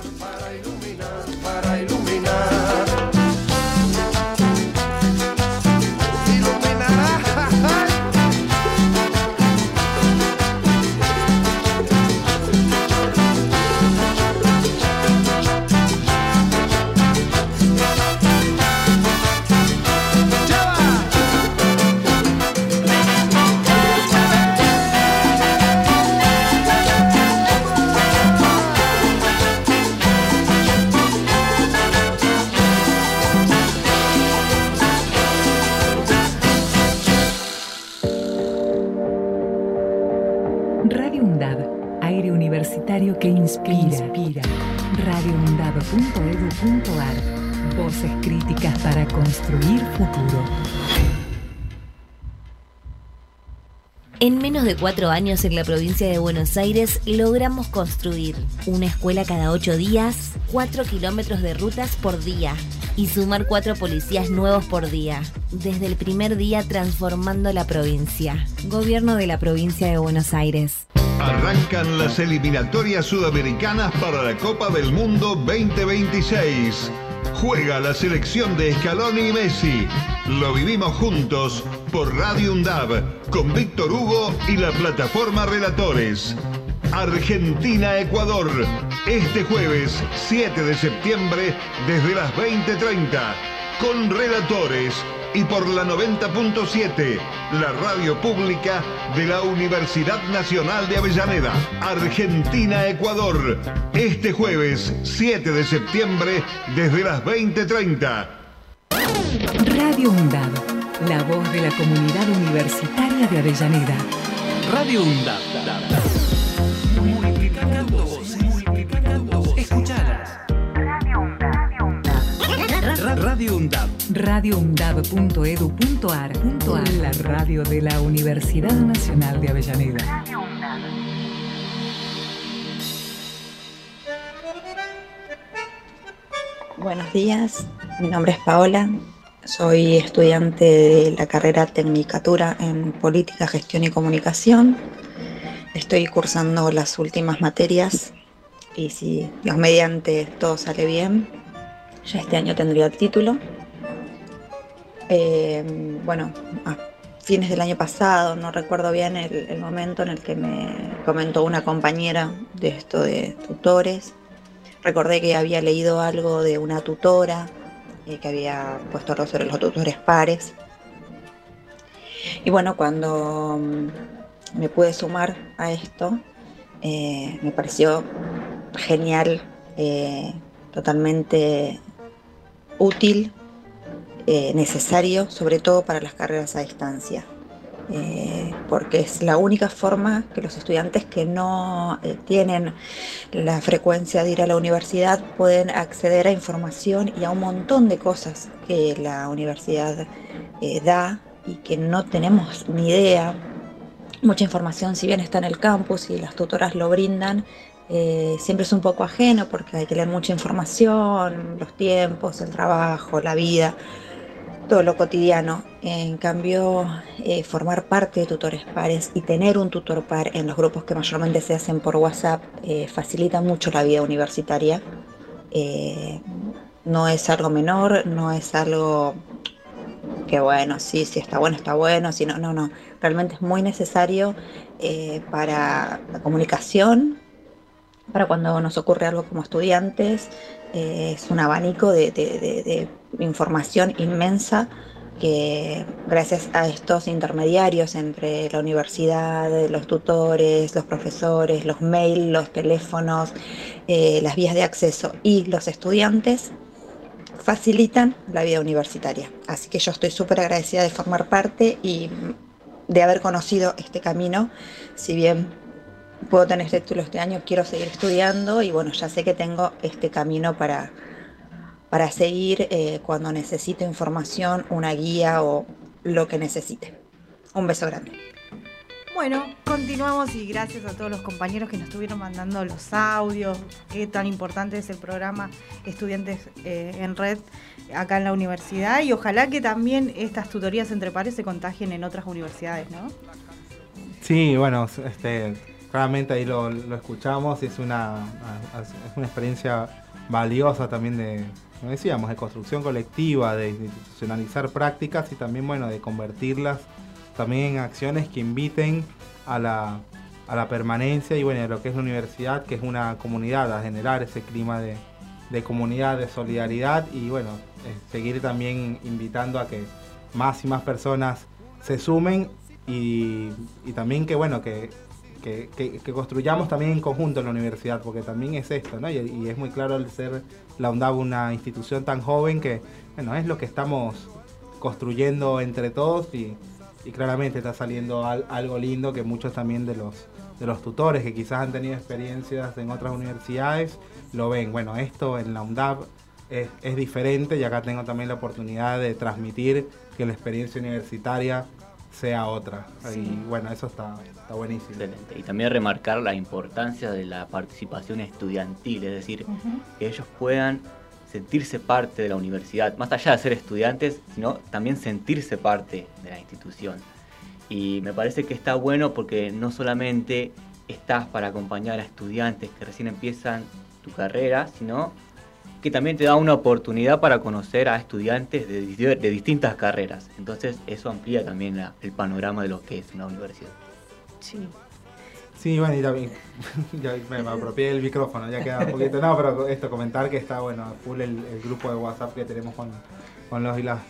A: Que inspira. radioundado.edu.ar. Voces críticas para construir futuro.
N: En menos de 4 años en la provincia de Buenos Aires logramos construir una escuela cada 8 días, 4 kilómetros de rutas por día y sumar 4 policías nuevos por día. Desde el primer día transformando la provincia. Gobierno de la provincia de Buenos Aires.
Y: Arrancan las eliminatorias sudamericanas para la Copa del Mundo 2026. Juega la selección de Scaloni y Messi. Lo vivimos juntos por Radio UNDAB, con Víctor Hugo y la plataforma Relatores. Argentina-Ecuador, este jueves 7 de septiembre desde las 20:30, con relatores y por la 90.7, la radio pública de la Universidad Nacional de Avellaneda. Argentina-Ecuador, este jueves 7 de septiembre desde las 20:30.
A: Radio UNDAB, la voz de la comunidad universitaria de Avellaneda.
M: Radio UNDAB. Multiplicando voces. Escuchalas. Radio UNDAB.
A: radioundab.edu.ar. La radio de la Universidad Nacional de Avellaneda.
O: Buenos días, mi nombre es Paola, soy estudiante de la carrera Tecnicatura en Política, Gestión y Comunicación. Estoy cursando las últimas materias y si Dios mediante todo sale bien, ya este año tendría el título. A fines del año pasado, no recuerdo bien el momento en el que me comentó una compañera de esto de tutores. Recordé que había leído algo de una tutora que había puesto algo sobre los tutores pares. Y bueno, cuando me pude sumar a esto, me pareció genial, totalmente útil, necesario, sobre todo para las carreras a distancia. Porque es la única forma que los estudiantes que no tienen la frecuencia de ir a la universidad pueden acceder a información y a un montón de cosas que la universidad da y que no tenemos ni idea. Mucha información, si bien está en el campus y las tutoras lo brindan, siempre es un poco ajeno porque hay que leer mucha información, los tiempos, el trabajo, la vida, todo lo cotidiano. En cambio, formar parte de tutores pares y tener un tutor par en los grupos que mayormente se hacen por WhatsApp facilita mucho la vida universitaria. No es algo menor, no es algo que bueno, sí, está bueno, si no, realmente es muy necesario para la comunicación, para cuando nos ocurre algo como estudiantes. Es un abanico de información inmensa que gracias a estos intermediarios entre la universidad, los tutores, los profesores, los mails, los teléfonos, las vías de acceso y los estudiantes facilitan la vida universitaria. Así que yo estoy súper agradecida de formar parte y de haber conocido este camino. Si bien puedo tener este título este año, quiero seguir estudiando y bueno, ya sé que tengo este camino para seguir cuando necesite información, una guía o lo que necesite. Un beso grande.
B: Bueno, continuamos y gracias a todos los compañeros que nos estuvieron mandando los audios. Qué tan importante es el programa Estudiantes en Red acá en la universidad y ojalá que también estas tutorías entre pares se contagien en otras universidades, ¿no?
C: Sí, bueno, claramente ahí lo escuchamos y es una experiencia valiosa también como decíamos, de construcción colectiva, de institucionalizar prácticas y también, bueno, de convertirlas también en acciones que inviten a la permanencia y, bueno, de lo que es la universidad, que es una comunidad, a generar ese clima de comunidad, de solidaridad y, bueno, seguir también invitando a que más y más personas se sumen y también que, bueno, que construyamos también en conjunto en la universidad, porque también es esto, ¿no? Y es muy claro al ser la UNDAB una institución tan joven que, bueno, es lo que estamos construyendo entre todos y claramente está saliendo algo lindo que muchos también de los tutores que quizás han tenido experiencias en otras universidades lo ven. Bueno, esto en la UNDAB es diferente y acá tengo también la oportunidad de transmitir que la experiencia universitaria sea otra. Sí. Y bueno, eso está buenísimo.
D: Excelente. Y también remarcar la importancia de la participación estudiantil, es decir, que ellos puedan sentirse parte de la universidad, más allá de ser estudiantes, sino también sentirse parte de la institución. Y me parece que está bueno porque no solamente estás para acompañar a estudiantes que recién empiezan tu carrera, sino que también te da una oportunidad para conocer a estudiantes de distintas carreras. Entonces eso amplía también el panorama de lo que es una universidad.
B: Sí.
C: Sí, bueno, y también ya me apropié del micrófono, ya queda un poquito. No, pero esto, comentar que está, bueno, full el grupo de WhatsApp que tenemos con los y las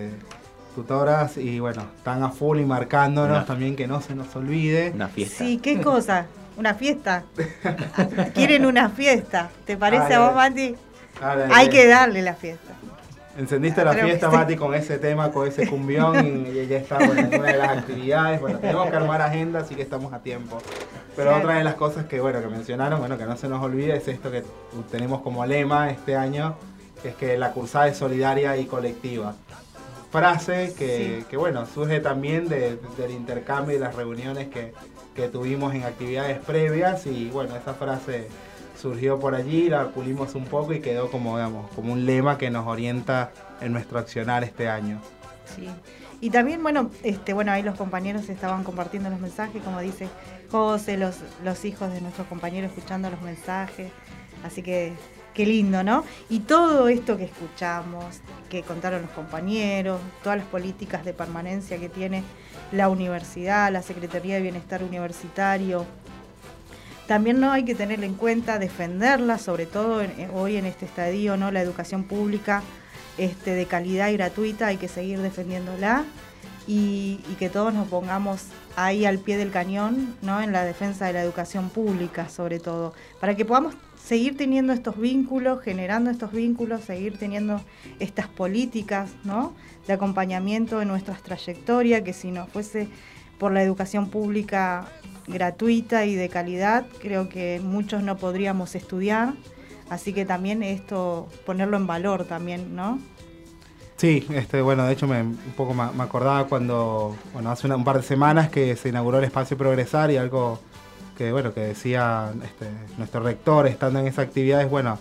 C: tutoras, y bueno, están a full y marcándonos también que no se nos olvide.
D: Una fiesta.
B: Sí, ¿qué cosa? ¿Una fiesta? ¿Quieren una fiesta? ¿Te parece a vos, Mati? Hay que darle la fiesta.
C: Encendiste la fiesta, Mati, con ese tema, con ese cumbión, y ya está, bueno, en una de las actividades. Bueno, tenemos que armar agenda, así que estamos a tiempo. Pero otra de las cosas que, bueno, que mencionaron, bueno, que no se nos olvide, es esto que tenemos como lema este año, que es que la cursada es solidaria y colectiva. Frase que bueno, surge también del intercambio y las reuniones que tuvimos en actividades previas, y bueno, esa frase surgió por allí, la pulimos un poco y quedó como, digamos, como un lema que nos orienta en nuestro accionar este año.
B: Sí. Y también, bueno, ahí los compañeros estaban compartiendo los mensajes, como dice José, los hijos de nuestros compañeros escuchando los mensajes, así que qué lindo, ¿no? Y todo esto que escuchamos, que contaron los compañeros, todas las políticas de permanencia que tiene la universidad, la Secretaría de Bienestar Universitario, también no hay que tener en cuenta defenderla, sobre todo hoy en este estadio, ¿no? La educación pública de calidad y gratuita, hay que seguir defendiéndola y que todos nos pongamos ahí al pie del cañón, ¿no? En la defensa de la educación pública, sobre todo, para que podamos seguir teniendo estos vínculos, generando estos vínculos, seguir teniendo estas políticas, ¿no? De acompañamiento en nuestras trayectorias, que si no fuese por la educación pública gratuita y de calidad, creo que muchos no podríamos estudiar, así que también esto, ponerlo en valor también, ¿no?
C: Sí, bueno, de hecho un poco me acordaba cuando, bueno, hace un par de semanas que se inauguró el espacio Progresar, y algo que, bueno, que decía nuestro rector estando en esa actividad es, bueno,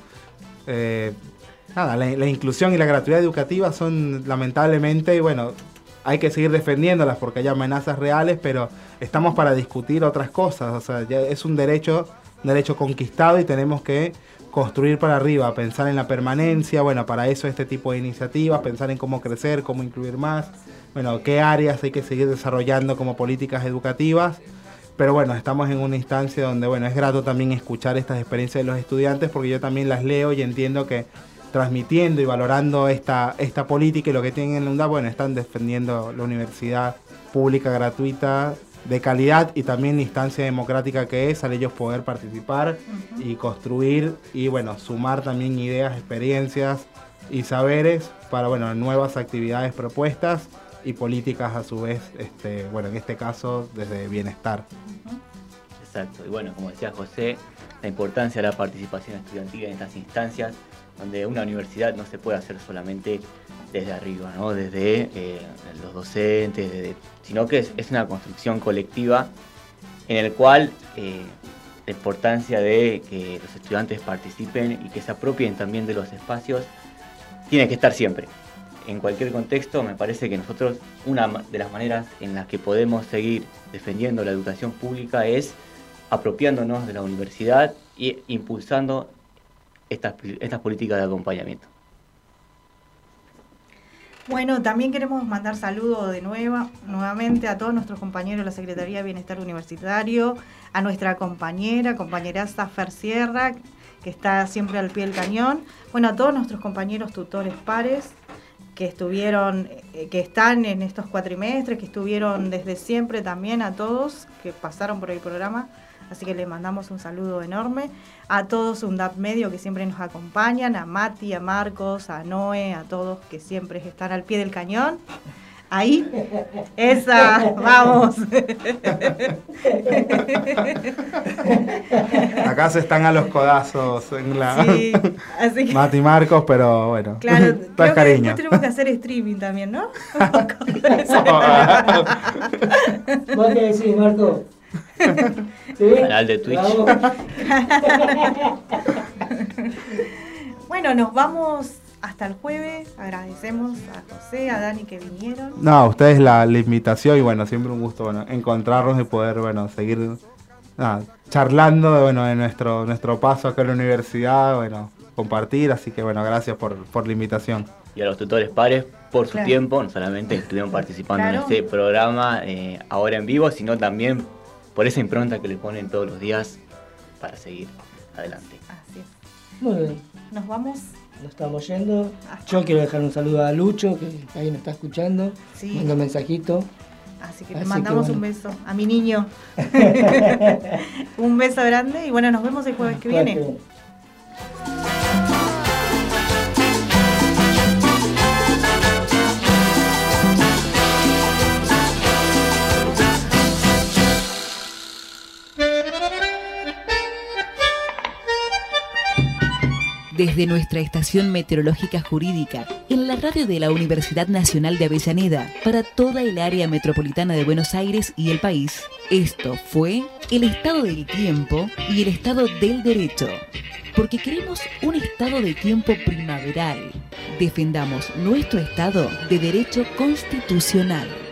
C: la inclusión y la gratuidad educativa son lamentablemente, bueno, hay que seguir defendiéndolas porque hay amenazas reales, pero estamos para discutir otras cosas. O sea, ya es un derecho conquistado y tenemos que construir para arriba, pensar en la permanencia, bueno, para eso este tipo de iniciativas, pensar en cómo crecer, cómo incluir más, bueno, qué áreas hay que seguir desarrollando como políticas educativas. Pero bueno, estamos en una instancia donde, bueno, es grato también escuchar estas experiencias de los estudiantes, porque yo también las leo y entiendo que transmitiendo y valorando esta política y lo que tienen en la UNDAD, bueno, están defendiendo la universidad pública gratuita de calidad y también la instancia democrática que es al ellos poder participar y construir y, bueno, sumar también ideas, experiencias y saberes para, bueno, nuevas actividades propuestas y políticas a su vez, bueno, en este caso desde bienestar.
D: Exacto, y bueno, como decía José, la importancia de la participación estudiantil en estas instancias, donde una universidad no se puede hacer solamente desde arriba, ¿no? Desde los docentes, sino que es una construcción colectiva en el cual la importancia de que los estudiantes participen y que se apropien también de los espacios tiene que estar siempre. En cualquier contexto, me parece que nosotros, una de las maneras en las que podemos seguir defendiendo la educación pública es apropiándonos de la universidad e impulsando estas políticas de acompañamiento.
B: Bueno, también queremos mandar saludos nuevamente a todos nuestros compañeros de la Secretaría de Bienestar Universitario, a nuestra compañeraza Fer Sierra, que está siempre al pie del cañón, bueno, a todos nuestros compañeros tutores pares, que están en estos cuatrimestres, que estuvieron desde siempre también, a todos que pasaron por el programa, así que les mandamos un saludo enorme, a todos UNDAP Medio que siempre nos acompañan, a Mati, a Marcos, a Noé, a todos que siempre están al pie del cañón. Ahí, esa, vamos.
C: Acá se están a los codazos en la
B: sí, así que,
C: Mati y Marcos, pero bueno,
B: claro,
C: todo es cariño.
B: Que tenemos que hacer streaming también, ¿no?
E: ¿Vos qué decís, Marco?
D: ¿Sí? Canal de Twitch.
B: Bueno, nos vamos hasta el jueves. Agradecemos a José, a Dani que vinieron.
C: No, a ustedes la invitación y bueno, siempre un gusto encontrarnos y poder seguir charlando de nuestro paso acá en la universidad, compartir, así que gracias por la invitación.
D: Y a los tutores pares por su tiempo, no solamente estuvieron participando en este programa ahora en vivo, sino también por esa impronta que le ponen todos los días para seguir adelante.
B: Así es.
E: Muy bien.
B: Nos vamos.
E: Nos estamos yendo. Yo quiero dejar un saludo a Lucho, que ahí nos está escuchando.
B: Sí.
E: Manda un mensajito.
B: Así que le mandamos un beso a mi niño. Un beso grande y bueno, nos vemos el jueves que viene.
A: Desde nuestra estación meteorológica jurídica, en la radio de la Universidad Nacional de Avellaneda, para toda el área metropolitana de Buenos Aires y el país, esto fue el estado del tiempo y el estado del derecho. Porque queremos un estado de tiempo primaveral. Defendamos nuestro estado de derecho constitucional.